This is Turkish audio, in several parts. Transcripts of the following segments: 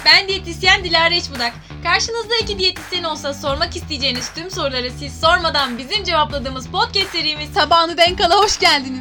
Ben diyetisyen Dilara İçbudak. Karşınızda iki diyetisyen olsa sormak isteyeceğiniz tüm soruları siz sormadan bizim cevapladığımız podcast serimiz Tabağını denk ala hoş geldiniz.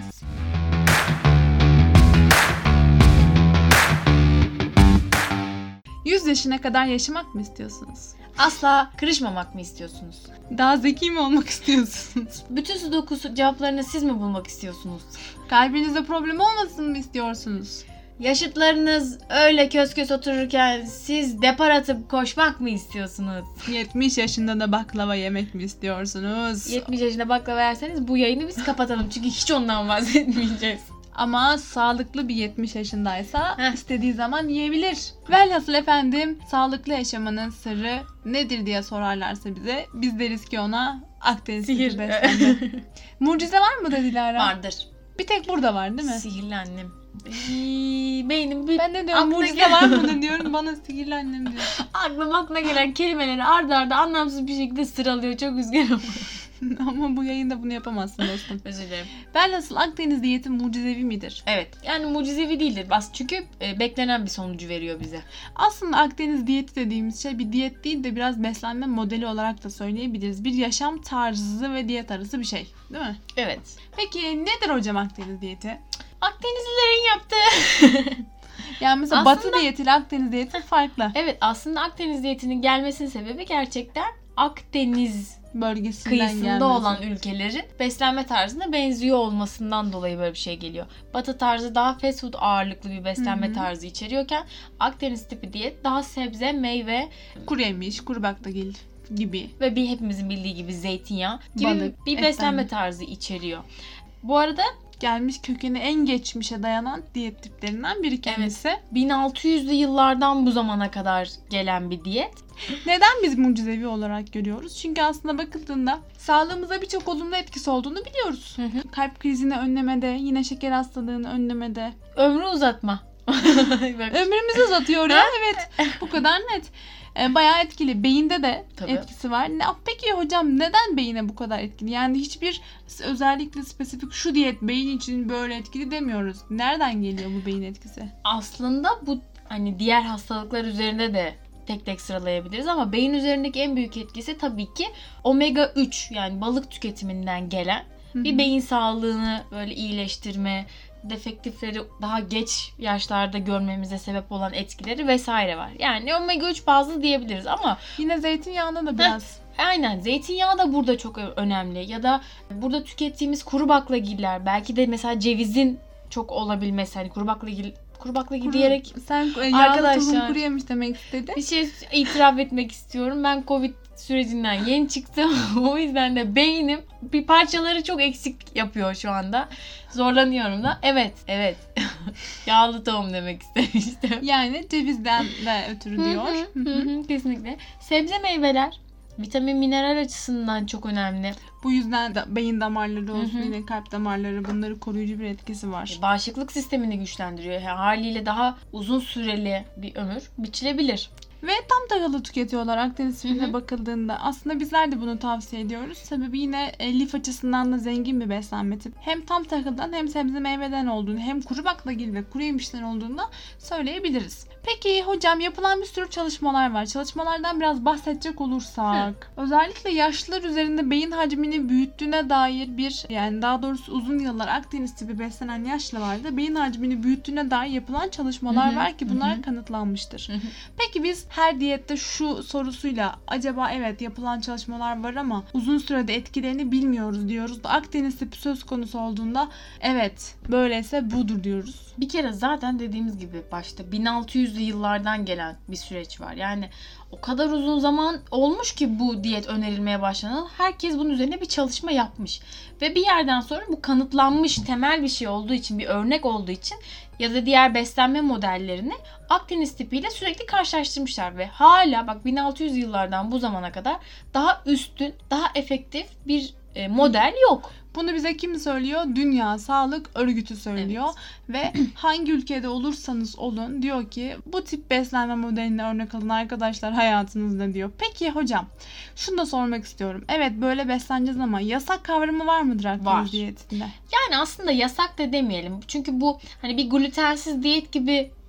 Yüz yaşına kadar yaşamak mı istiyorsunuz? asla kırışmamak mı istiyorsunuz? Daha zeki mi olmak istiyorsunuz? Bütün sudoku cevaplarını siz mi bulmak istiyorsunuz? Kalbinizde problem olmasın mı istiyorsunuz? Yaşıtlarınız öyle kös kös otururken siz depar atıp koşmak mı istiyorsunuz? 70 yaşında da baklava yemek mi istiyorsunuz? 70 yaşında baklava yerseniz bu yayını biz kapatalım. Çünkü hiç ondan bahsetmeyeceğiz. Ama sağlıklı bir 70 yaşındaysa istediği zaman yiyebilir. Velhasıl efendim, sağlıklı yaşamanın sırrı nedir diye sorarlarsa bize, biz deriz ki ona Akdeniz tipi beslenme. Mucize var mı da Dilara? Vardır. Bir tek burada var değil mi? Sihirli annem. Beynim bir... Ben de diyorum mucize var mı diyorum, bana sihirli annem diyor. Aklına gelen kelimeleri arda arda anlamsız bir şekilde sıralıyor. Çok üzgünüm. Ama bu yayında bunu yapamazsın dostum. Özür dilerim. Velhasıl Akdeniz diyeti mucizevi midir? Evet. Yani mucizevi değildir. Çünkü beklenen bir sonucu veriyor bize. Aslında Akdeniz diyeti dediğimiz şey bir diyet değil de biraz beslenme modeli olarak da söyleyebiliriz. Bir yaşam tarzı ve diyet arası bir şey. Değil mi? Evet. Peki nedir hocam Akdeniz diyeti? Akdenizlilerin yaptığı. Yani mesela Batı diyeti ile Akdeniz diyeti farklı. Evet, aslında Akdeniz diyetinin gelmesinin sebebi gerçekten Akdeniz bölgesinden kıyısında gelmesi. olan ülkelerin beslenme tarzına benziyor olmasından dolayı böyle bir şey geliyor. Batı tarzı daha fast food ağırlıklı bir beslenme tarzı içeriyorken Akdeniz tipi diyet daha sebze, meyve, kuru yemiş, kuru baklagil gibi ve hepimizin bildiği gibi zeytinyağı gibi balık, bir beslenme tarzı içeriyor. Bu arada gelmiş kökeni en geçmişe dayanan diyet tiplerinden biri kendisi. Evet, 1600'lü yıllardan bu zamana kadar gelen bir diyet. Neden biz mucizevi olarak görüyoruz? Çünkü aslında bakıldığında sağlığımıza birçok olumlu etkisi olduğunu biliyoruz. Kalp krizini önlemede, yine şeker hastalığını önlemede. Ömrü uzatma. Ömrümüzü uzatıyor ya, evet. Bu kadar net. Bayağı etkili. Beyinde de Tabii. etkisi var. Peki hocam neden beyine bu kadar etkili? Yani hiçbir özellikle spesifik şu diyet beyin için böyle etkili demiyoruz. Nereden geliyor bu beyin etkisi? Aslında bu hani diğer hastalıklar üzerinde de tek tek sıralayabiliriz ama beyin üzerindeki en büyük etkisi tabii ki omega 3 yani balık tüketiminden gelen bir beyin sağlığını böyle iyileştirme, defektifleri daha geç yaşlarda görmemize sebep olan etkileri vesaire var. Yani omega 3 bazlı diyebiliriz ama yine zeytinyağında da biraz. Aynen, zeytinyağı da burada çok önemli. Ya da burada tükettiğimiz kuru baklagiller, belki de mesela cevizin çok olabilmesi, hani kuru baklagil diyerek sen arkadaşlar tulum kuru yemiş demek istedin. Bir şey itiraf etmek istiyorum. Ben Covid sürecinden yeni çıktım. O yüzden de beynim bir parçaları çok eksik yapıyor şu anda. Zorlanıyorum da. Evet. Yağlı tohum demek istemiştim. Yani cevizden de ötürü diyor. Kesinlikle. Sebze meyveler vitamin mineral açısından çok önemli. Bu yüzden de beyin damarları olsun, yine kalp damarları, bunları koruyucu bir etkisi var. Bağışıklık sistemini güçlendiriyor. Haliyle daha uzun süreli bir ömür biçilebilir. Ve tam tahıllı tüketiyorlar Akdeniz tipine bakıldığında. Aslında bizler de bunu tavsiye ediyoruz. Sebebi yine lif açısından da zengin bir beslenme tipi. Hem tam tahıldan hem sebze meyveden olduğunu, hem kuru baklagil ve kuru yemişten olduğunu da söyleyebiliriz. Peki hocam, yapılan bir sürü çalışmalar var. Çalışmalardan biraz bahsedecek olursak. Özellikle yaşlılar üzerinde beyin hacmini büyüttüğüne dair yani daha doğrusu uzun yıllar Akdeniz tipi beslenen yaşlılarda beyin hacmini büyüttüğüne dair yapılan çalışmalar var ki bunlar kanıtlanmıştır. Peki biz her diyette şu sorusuyla acaba evet yapılan çalışmalar var ama uzun sürede etkilerini bilmiyoruz diyoruz da Akdeniz tipi söz konusu olduğunda evet böyleyse budur diyoruz. Bir kere zaten dediğimiz gibi başta 1600'lü yıllardan gelen bir süreç var. Yani o kadar uzun zaman olmuş ki bu diyet önerilmeye başlanan, herkes bunun üzerine bir çalışma yapmış. Ve bir yerden sonra bu kanıtlanmış temel bir şey olduğu için, bir örnek olduğu için ya da diğer beslenme modellerini Akdeniz tipiyle sürekli karşılaştırmışlar. Ve hala bak 1600 yıllardan bu zamana kadar daha üstün, daha efektif bir model yok. Bunu bize kim söylüyor? Dünya Sağlık Örgütü söylüyor. Evet. Ve hangi ülkede olursanız olun diyor ki bu tip beslenme modeline örnek alın arkadaşlar hayatınızda diyor. Peki hocam, şunu da sormak istiyorum. Evet böyle besleneceğiz ama yasak kavramı var mıdır Akdeniz diyetinde? Yani aslında yasak da demeyelim. Çünkü bu hani bir glutensiz diyet gibi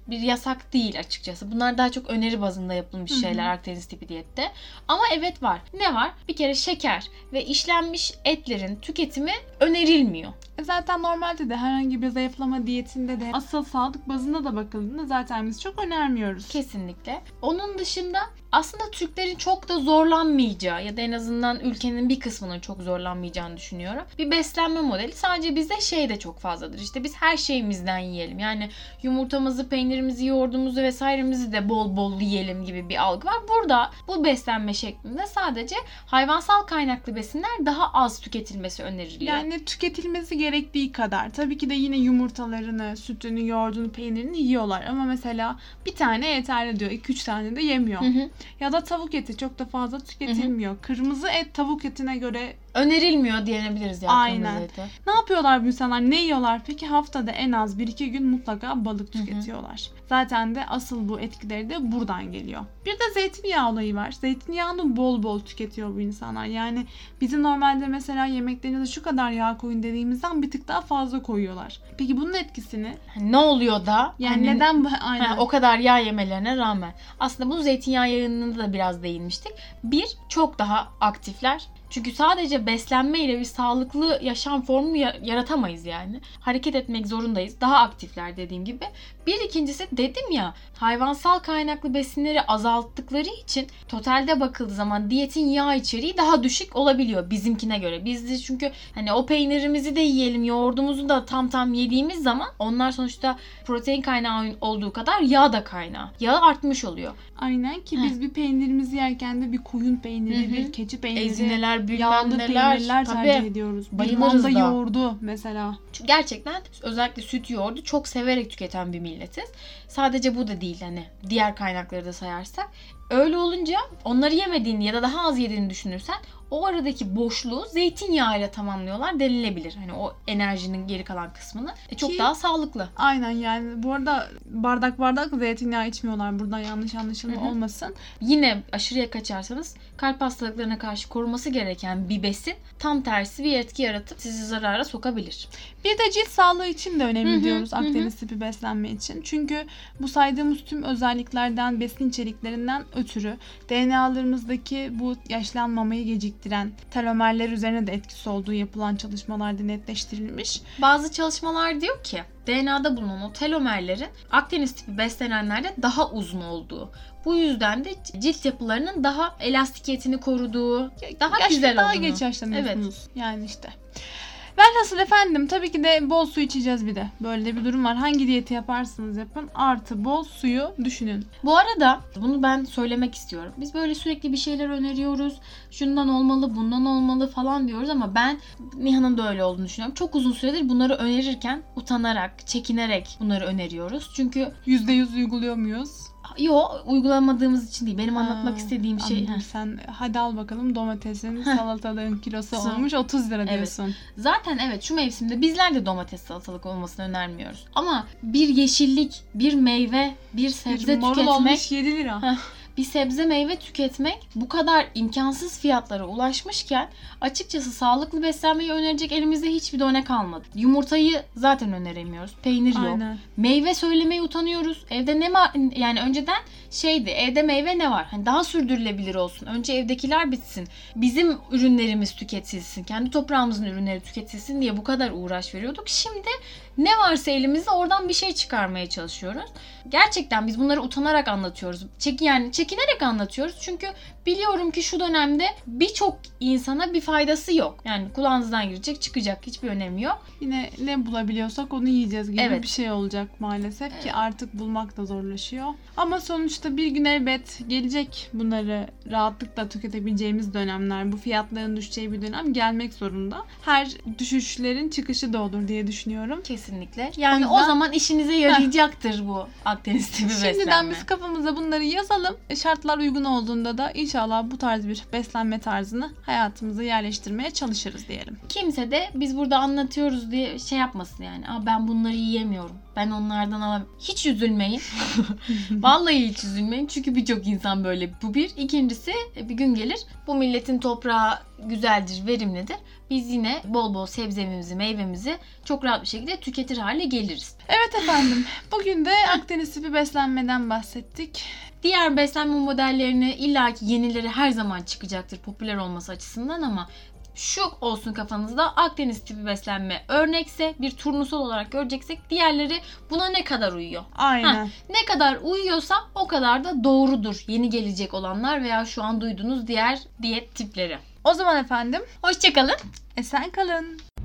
bir yasak değil açıkçası. Bunlar daha çok öneri bazında yapılmış şeyler Akdeniz tipi diyette. Ama evet var. Ne var? Bir kere şeker ve işlenmiş etlerin tüketimi önerilmiyor. Zaten normalde de herhangi bir zayıflama diyetinde de asıl sağlık bazında da bakıldığında zaten biz çok önermiyoruz. Kesinlikle. Onun dışında aslında Türklerin çok da zorlanmayacağı ya da en azından ülkenin bir kısmının çok zorlanmayacağını düşünüyorum. Bir beslenme modeli. Sadece bizde şey de çok fazladır. İşte biz her şeyimizden yiyelim. Yani yumurtamızı, peynirimizi, yoğurdumuzu vesairemizi de bol bol yiyelim gibi bir algı var. Burada bu beslenme şeklinde sadece hayvansal kaynaklı besinler daha az tüketilmesi öneriliyor. Yani tüketilmesi gerektiği kadar. Tabii ki de yine yumurtalarını, sütünü, yoğurdunu, peynirini yiyorlar. Ama mesela bir tane yeterli diyor. 2-3 tane de yemiyor. Ya da tavuk eti çok da fazla tüketilmiyor. Kırmızı et tavuk etine göre önerilmiyor diyebiliriz ya. Aynen. Ne yapıyorlar bu insanlar? Ne yiyorlar? Peki haftada en az 1-2 gün mutlaka balık tüketiyorlar. Zaten de asıl bu etkileri de buradan geliyor. Bir de zeytinyağı olayı var. Zeytinyağını bol bol tüketiyor bu insanlar. Yani bizim normalde mesela yemeklerinize şu kadar yağ koyun dediğimizden bir tık daha fazla koyuyorlar. Peki bunun etkisini? Ne oluyor da? Yani neden bu? Aynen. O kadar yağ yemelerine rağmen. Aslında bu zeytinyağı yayınında da biraz değinmiştik. Bir, çok daha aktifler. Çünkü sadece beslenmeyle bir sağlıklı yaşam formu yaratamayız yani. Hareket etmek zorundayız. Daha aktifler dediğim gibi. Bir ikincisi dedim ya, hayvansal kaynaklı besinleri azalttıkları için totalde bakıldığı zaman diyetin yağ içeriği daha düşük olabiliyor bizimkine göre. Biz de çünkü hani o peynirimizi de yiyelim, yoğurdumuzu da tam yediğimiz zaman onlar sonuçta protein kaynağı olduğu kadar yağ da kaynağı. Yağı artmış oluyor. Aynen ki biz bir peynirimizi yerken de bir koyun peyniri, bir keçi peyniri, ezineler, yağlı peynirler tercih ediyoruz. Bir manda yoğurdu mesela. Çünkü gerçekten özellikle süt yoğurdu çok severek tüketen bir milletiz. Sadece bu da değil, hani diğer kaynakları da sayarsak. Öyle olunca onları yemediğini ya da daha az yediğini düşünürsen o aradaki boşluğu zeytinyağıyla tamamlıyorlar denilebilir. Hani o enerjinin geri kalan kısmını. Çok daha sağlıklı. Aynen, yani bu arada bardak zeytinyağı içmiyorlar. Buradan yanlış anlaşılma olmasın. Yine aşırıya kaçarsanız kalp hastalıklarına karşı koruması gereken bir besin tam tersi bir etki yaratıp sizi zarara sokabilir. Bir de cilt sağlığı için de önemli diyoruz Akdeniz tipi beslenme için. Çünkü bu saydığımız tüm özelliklerden, besin içeriklerinden ötürü DNA'larımızdaki bu yaşlanmamayı geciktiren telomerler üzerine de etkisi olduğu yapılan çalışmalarda netleştirilmiş. Bazı çalışmalar diyor ki DNA'da bulunan o telomerlerin Akdeniz tipi beslenenlerde daha uzun olduğu. Bu yüzden de cilt yapılarının daha elastikiyetini koruduğu, daha güzel olduğunu. Daha geç yaşlanıyorsunuz. Evet. Yani işte. Velhasıl efendim, tabii ki de bol su içeceğiz bir de. Böyle bir durum var. Hangi diyeti yaparsanız yapın artı bol suyu düşünün. Bu arada bunu ben söylemek istiyorum. Biz böyle sürekli bir şeyler öneriyoruz. Şundan olmalı, bundan olmalı falan diyoruz ama ben Nihan'ın da öyle olduğunu düşünüyorum. Çok uzun süredir bunları önerirken utanarak, çekinerek bunları öneriyoruz. Çünkü %100 uyguluyor muyuz? Uygulamadığımız için değil. Benim anlatmak istediğim şey. Sen hadi al bakalım domatesin, salatalığın kilosu olmuş 30 lira diyorsun. Evet. Zaten evet, şu mevsimde bizler de domates, salatalık olmasını önermiyoruz. Ama bir yeşillik, bir meyve, bir sebze tüketmek. Marul olmuş 7 lira. Bir sebze meyve tüketmek bu kadar imkansız fiyatlara ulaşmışken açıkçası sağlıklı beslenmeyi önerecek elimizde hiçbir done kalmadı. Yumurtayı zaten öneremiyoruz. Peynir yok. Aynen. Meyve söylemeye utanıyoruz. Evde ne var? Yani önceden evde meyve ne var? Hani daha sürdürülebilir olsun. Önce evdekiler bitsin. Bizim ürünlerimiz tüketilsin. Kendi toprağımızın ürünleri tüketilsin diye bu kadar uğraş veriyorduk. Şimdi ne varsa elimizde oradan bir şey çıkarmaya çalışıyoruz. Gerçekten biz bunları utanarak anlatıyoruz. Çekinerek anlatıyoruz. Çünkü biliyorum ki şu dönemde birçok insana bir faydası yok. Yani kulağınızdan girecek, çıkacak. Hiçbir önemi yok. Yine ne bulabiliyorsak onu yiyeceğiz gibi bir şey olacak maalesef ki artık bulmak da zorlaşıyor. Ama sonuçta bir gün elbet gelecek, bunları rahatlıkla tüketebileceğimiz dönemler. Bu fiyatların düşeceği bir dönem gelmek zorunda. Her düşüşlerin çıkışı da olur diye düşünüyorum. Kesinlikle. Yani o zaman işinize yarayacaktır bu Akdeniz tipi beslenme. Şimdiden biz kafamıza bunları yazalım. Şartlar uygun olduğunda da İnşallah bu tarz bir beslenme tarzını hayatımıza yerleştirmeye çalışırız diyelim. Kimse de biz burada anlatıyoruz diye şey yapmasın yani. Ben bunları yiyemiyorum. Ben onlardan alamam. Hiç üzülmeyin. Vallahi hiç üzülmeyin. Çünkü birçok insan böyle. Bu bir. İkincisi bir gün gelir. Bu milletin toprağı güzeldir, verimlidir. Biz yine bol bol sebzemizi, meyvemizi çok rahat bir şekilde tüketir hale geliriz. Evet efendim. Bugün de Akdeniz tipi beslenmeden bahsettik. Diğer beslenme modellerini illaki yenileri her zaman çıkacaktır popüler olması açısından ama şu olsun kafanızda, Akdeniz tipi beslenme örnekse, bir turnusol olarak göreceksek diğerleri buna ne kadar uyuyor? Aynen. Ne kadar uyuyorsa o kadar da doğrudur yeni gelecek olanlar veya şu an duyduğunuz diğer diyet tipleri. O zaman efendim Hoşça kalın. esen kalın.